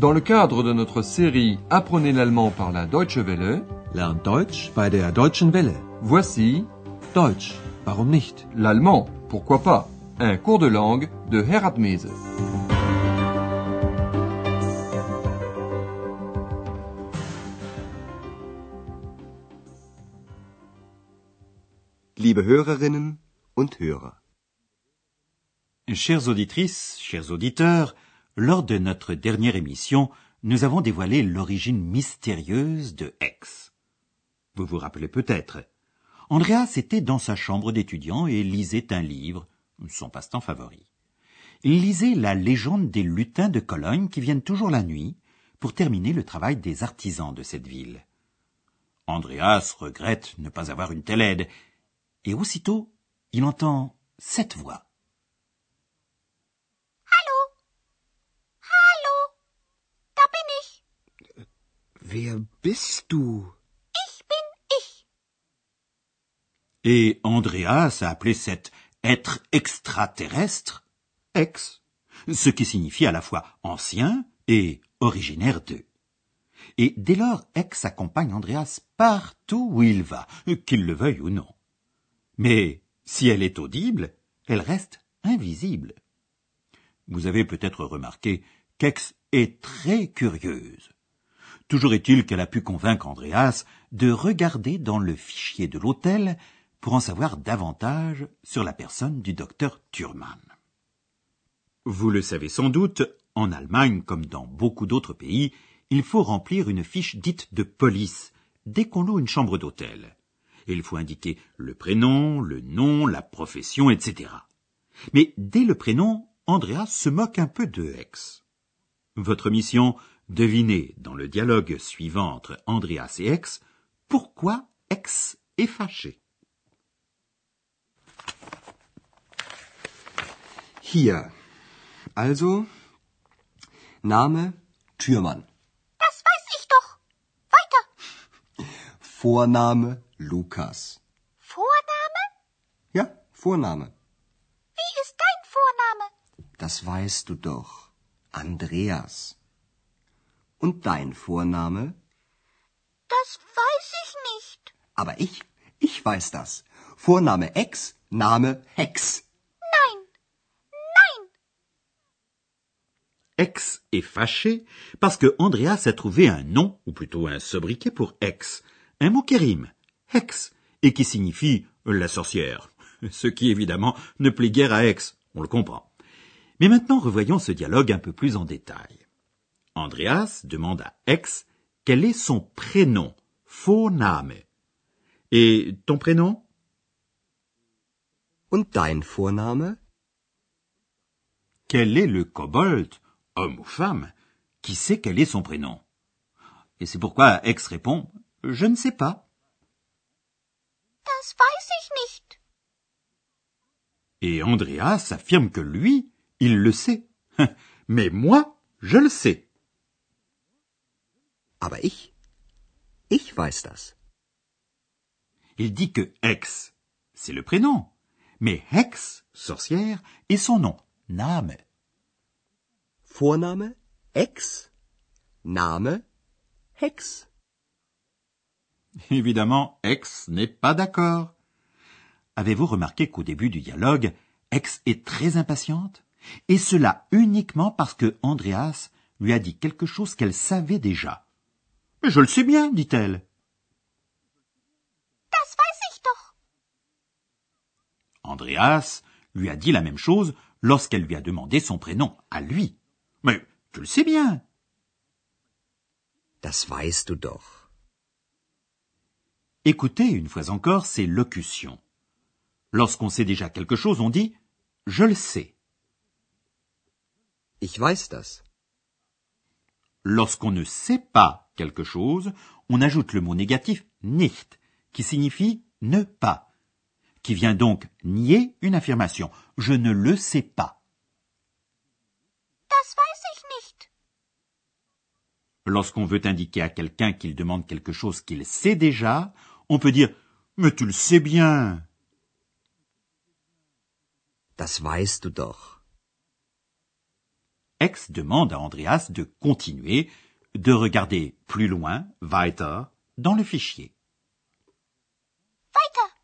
Dans le cadre de notre série Apprenez l'allemand par la Deutsche Welle, Lernt Deutsch bei der Deutschen Welle. voici Deutsch, warum nicht? l'allemand, pourquoi pas, un cours de langue de Herat Mese. Liebe Hörerinnen und Hörer. Chères auditrices, chers auditeurs, lors de notre dernière émission, nous avons dévoilé l'origine mystérieuse de X. Vous vous rappelez peut-être. Andreas était dans sa chambre d'étudiant et lisait un livre, son passe-temps favori. Il lisait la légende des lutins de Cologne qui viennent toujours la nuit pour terminer le travail des artisans de cette ville. Andreas regrette ne pas avoir une telle aide, et aussitôt, il entend cette voix. Wer bist du? Et Andreas a appelé cet être extraterrestre Ex, ce qui signifie à la fois ancien et originaire d'eux. Et dès lors, Ex accompagne Andreas partout où il va, qu'il le veuille ou non. Mais si elle est audible, elle reste invisible. Vous avez peut-être remarqué qu'Ex est très curieuse. Toujours est-il qu'elle a pu convaincre Andreas de regarder dans le fichier de l'hôtel pour en savoir davantage sur la personne du docteur Thurman. Vous le savez sans doute, en Allemagne comme dans beaucoup d'autres pays, il faut remplir une fiche dite de police dès qu'on loue une chambre d'hôtel. Et il faut indiquer le prénom, le nom, la profession, etc. Mais dès le prénom, Andreas se moque un peu de X. Votre mission, devinez dans le dialogue suivant entre Andreas et X pourquoi X est fâché. Hier. Also, Name Thürmann. Das weiß ich doch. Weiter. Vorname Lukas. Vorname? Ja, Vorname. Wie ist dein Vorname? Das weißt du doch. Andreas. Und dein Vorname? Das weiß ich nicht. Aber ich weiß das. Vorname Ex, Name Hex. Nein. Nein. X est fâché parce que Andreas a trouvé un nom, ou plutôt un sobriquet pour X, un mot qui rime, Hex, et qui signifie la sorcière, ce qui évidemment ne plaît guère à X, on le comprend. Mais maintenant revoyons ce dialogue un peu plus en détail. Andreas demande à X quel est son prénom, Vorname. Et ton prénom? Und dein Vorname? Quel est le kobold, homme ou femme, qui sait quel est son prénom? Et c'est pourquoi X répond « Je ne sais pas ». Das weiß ich nicht. Et Andreas affirme que lui, il le sait. Mais moi, je le sais. Aber ich weiß das. Il dit que Hex, c'est le prénom, mais Hex, sorcière, est son nom, Name. Vorname Ex, Name Hex. Évidemment, Hex n'est pas d'accord. Avez-vous remarqué qu'au début du dialogue, Hex est très impatiente? Et cela uniquement parce que Andreas lui a dit quelque chose qu'elle savait déjà. « Mais je le sais bien, dit-elle. » Das weiß ich doch. Andreas lui a dit la même chose lorsqu'elle lui a demandé son prénom à lui. « Mais tu le sais bien. » Das weißt du doch. Écoutez une fois encore ces locutions. Lorsqu'on sait déjà quelque chose, on dit « je le sais ». Ich weiß das. Lorsqu'on ne sait pas quelque chose, on ajoute le mot négatif nicht, qui signifie ne pas, qui vient donc nier une affirmation. Je ne le sais pas. Das weiß ich nicht. Lorsqu'on veut indiquer à quelqu'un qu'il demande quelque chose qu'il sait déjà, on peut dire mais tu le sais bien. Das weißt du doch. Ex demande à Andreas de continuer, de regarder plus loin, weiter, dans le fichier. Weiter.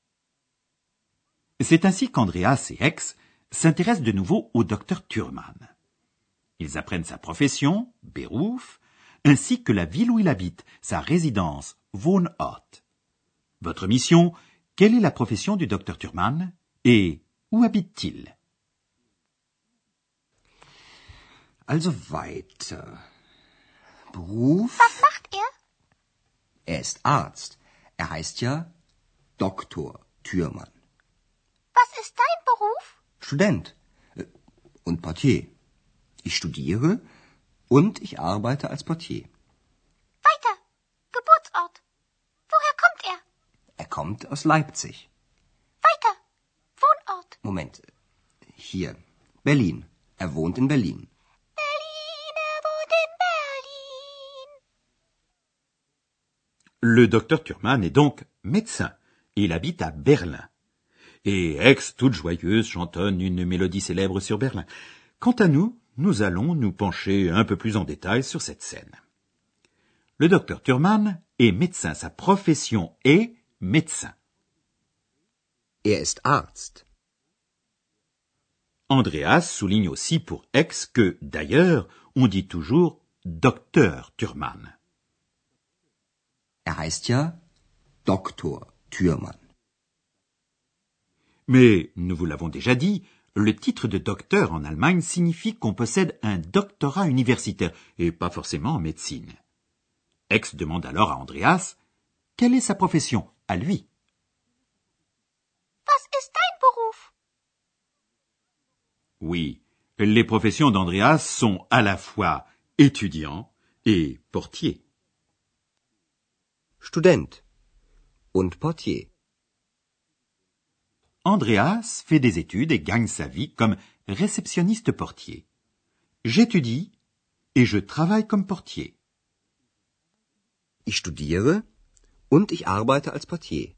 C'est ainsi qu'Andreas et Ex s'intéressent de nouveau au docteur Thurman. Ils apprennent sa profession, Beruf, ainsi que la ville où il habite, sa résidence, Wohnort. Votre mission, quelle est la profession du docteur Thurman et où habite-t-il? Also weiter. Beruf? Was macht er? Er ist Arzt. Er heißt ja Dr. Thürmann. Was ist dein Beruf? Student und Portier. Ich studiere und ich arbeite als Portier. Weiter. Geburtsort. Woher kommt er? Er kommt aus Leipzig. Weiter. Wohnort. Moment. Hier. Berlin. Er wohnt in Berlin. Berlin, er wohnt in Berlin. Le docteur Thurman est donc médecin et il habite à Berlin. Et Ex, toute joyeuse, chantonne une mélodie célèbre sur Berlin. Quant à nous, nous allons nous pencher un peu plus en détail sur cette scène. Le docteur Thurman est médecin, sa profession est médecin. Er ist Arzt. Andreas souligne aussi pour Ex que, d'ailleurs, on dit toujours docteur Thurman. Er heißt ja Dr. Thürmann. Mais, nous vous l'avons déjà dit, le titre de docteur en Allemagne signifie qu'on possède un doctorat universitaire, et pas forcément en médecine. Ex demande alors à Andreas, quelle est sa profession, à lui? Was ist dein Beruf? Oui, les professions d'Andreas sont à la fois étudiant et portier. Student und Portier. Andreas fait des études et gagne sa vie comme réceptionniste portier. J'étudie et je travaille comme portier. Ich studiere und ich arbeite als Portier.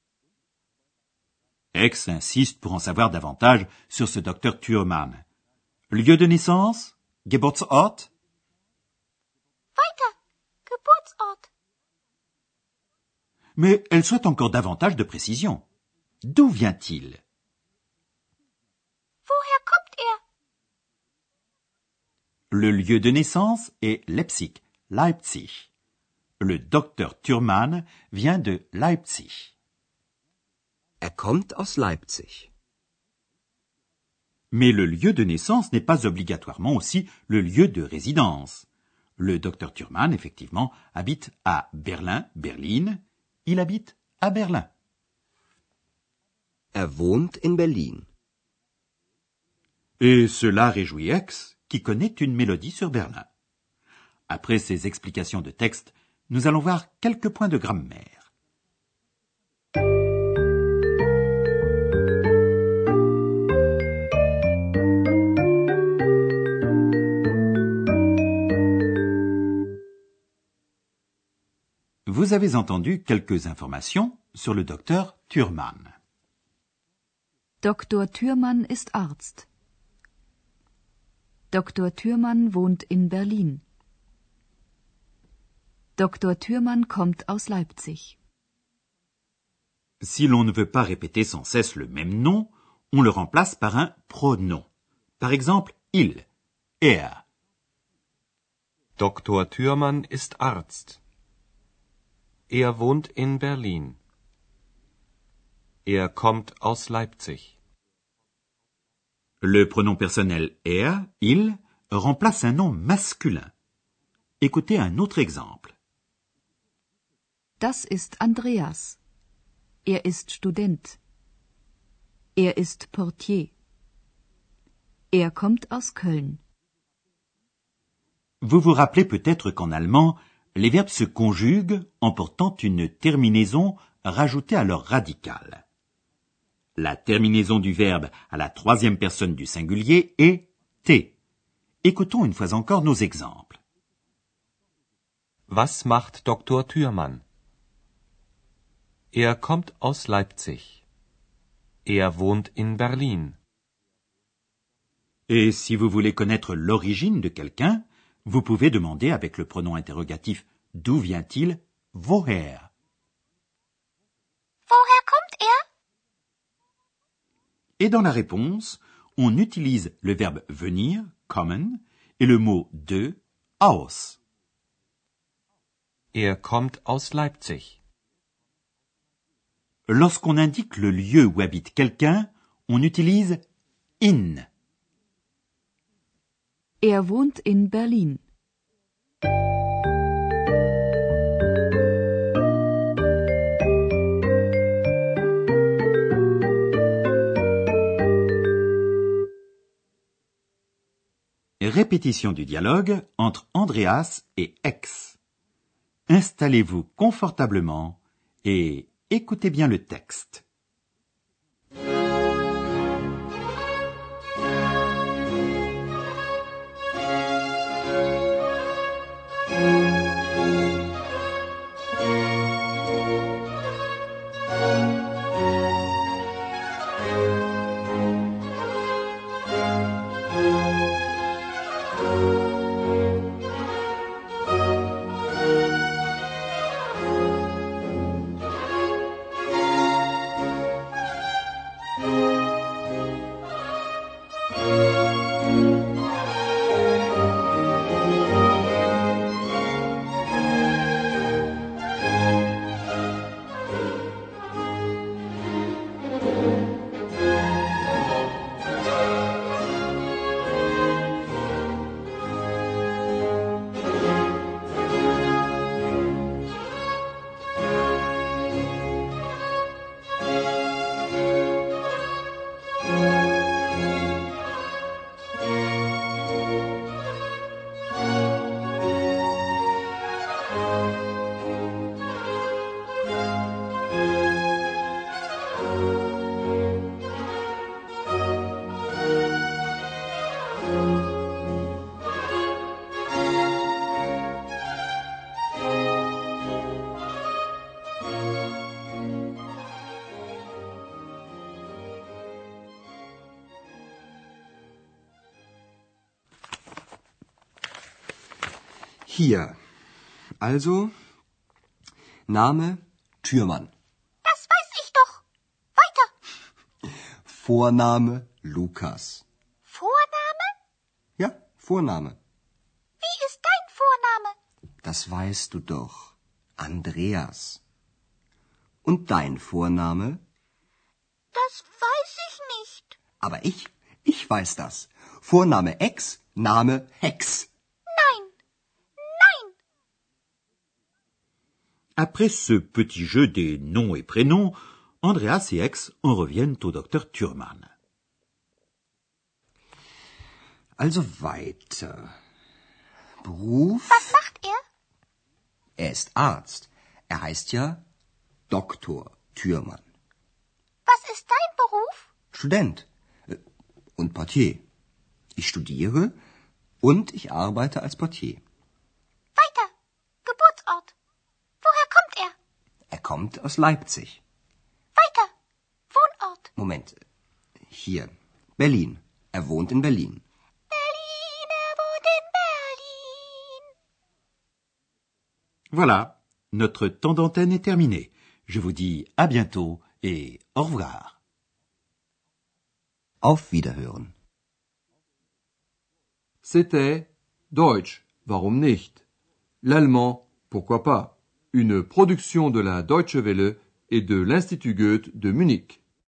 Ex insiste pour en savoir davantage sur ce docteur Thurman. Lieu de naissance? Geburtsort? Weiter. Geburtsort. Mais elle souhaite encore davantage de précision. D'où vient-il? Woher kommt er? Le lieu de naissance est Leipzig, Leipzig. Le docteur Thurman vient de Leipzig. Er kommt aus Leipzig. Mais le lieu de naissance n'est pas obligatoirement aussi le lieu de résidence. Le docteur Thurman, effectivement, habite à Berlin, Berlin. Il habite à Berlin. Er wohnt in Berlin. Et cela réjouit Ex, qui connaît une mélodie sur Berlin. Après ces explications de texte, nous allons voir quelques points de grammaire. Vous avez entendu quelques informations sur le docteur Thurman. Dr. Thürmann ist Arzt. Dr. Thürmann wohnt in Berlin. Dr. Thürmann kommt aus Leipzig. Si l'on ne veut pas répéter sans cesse le même nom, on le remplace par un pronom. Par exemple, il, er. Dr. Thürmann ist Arzt. Er wohnt in Berlin. Er kommt aus Leipzig. Le pronom personnel er, il, remplace un nom masculin. Écoutez un autre exemple. Das ist Andreas. Er ist Student. Er ist Portier. Er kommt aus Köln. Vous vous rappelez peut-être qu'en allemand, les verbes se conjuguent en portant une terminaison rajoutée à leur radical. La terminaison du verbe à la troisième personne du singulier est t. Écoutons une fois encore nos exemples. Was macht Dr. Thürmann? Er kommt aus Leipzig. Er wohnt in Berlin. Et si vous voulez connaître l'origine de quelqu'un, vous pouvez demander avec le pronom interrogatif d'où vient-il, woher. Woher kommt er? Et dans la réponse, on utilise le verbe venir, kommen, et le mot de, aus. Er kommt aus Leipzig. Lorsqu'on indique le lieu où habite quelqu'un, on utilise in. Er wohnt in Berlin. Répétition du dialogue entre Andreas et X. Installez-vous confortablement et écoutez bien le texte. Hier. Also, Name Türmann. Das weiß ich doch. Weiter. Vorname Lukas. Vorname? Ja, Vorname. Wie ist dein Vorname? Das weißt du doch. Andreas. Und dein Vorname? Das weiß ich nicht. Aber ich weiß das. Vorname Ex, Name Hex. Nein. Nein. Après ce petit jeu des noms et prénoms, Andreas et X en reviennent au docteur Thürmann. Also weiter. Beruf? Was macht er? Er ist Arzt. Er heißt ja Doktor Thürmann. Was ist dein Beruf? Student und Portier. Ich studiere und ich arbeite als Portier. Weiter. Geburtsort. Woher kommt er? Er kommt aus Leipzig. Weiter. Wohnort. Moment. Hier. Berlin. Er wohnt in Berlin. Berlin, er wohnt in Berlin. Voilà, notre temps d'antenne est terminé. Je vous dis à bientôt et au revoir. Auf Wiederhören. C'était Deutsch, warum nicht? L'allemand, pourquoi pas? Une production de la Deutsche Welle et de l'Institut Goethe de Munich.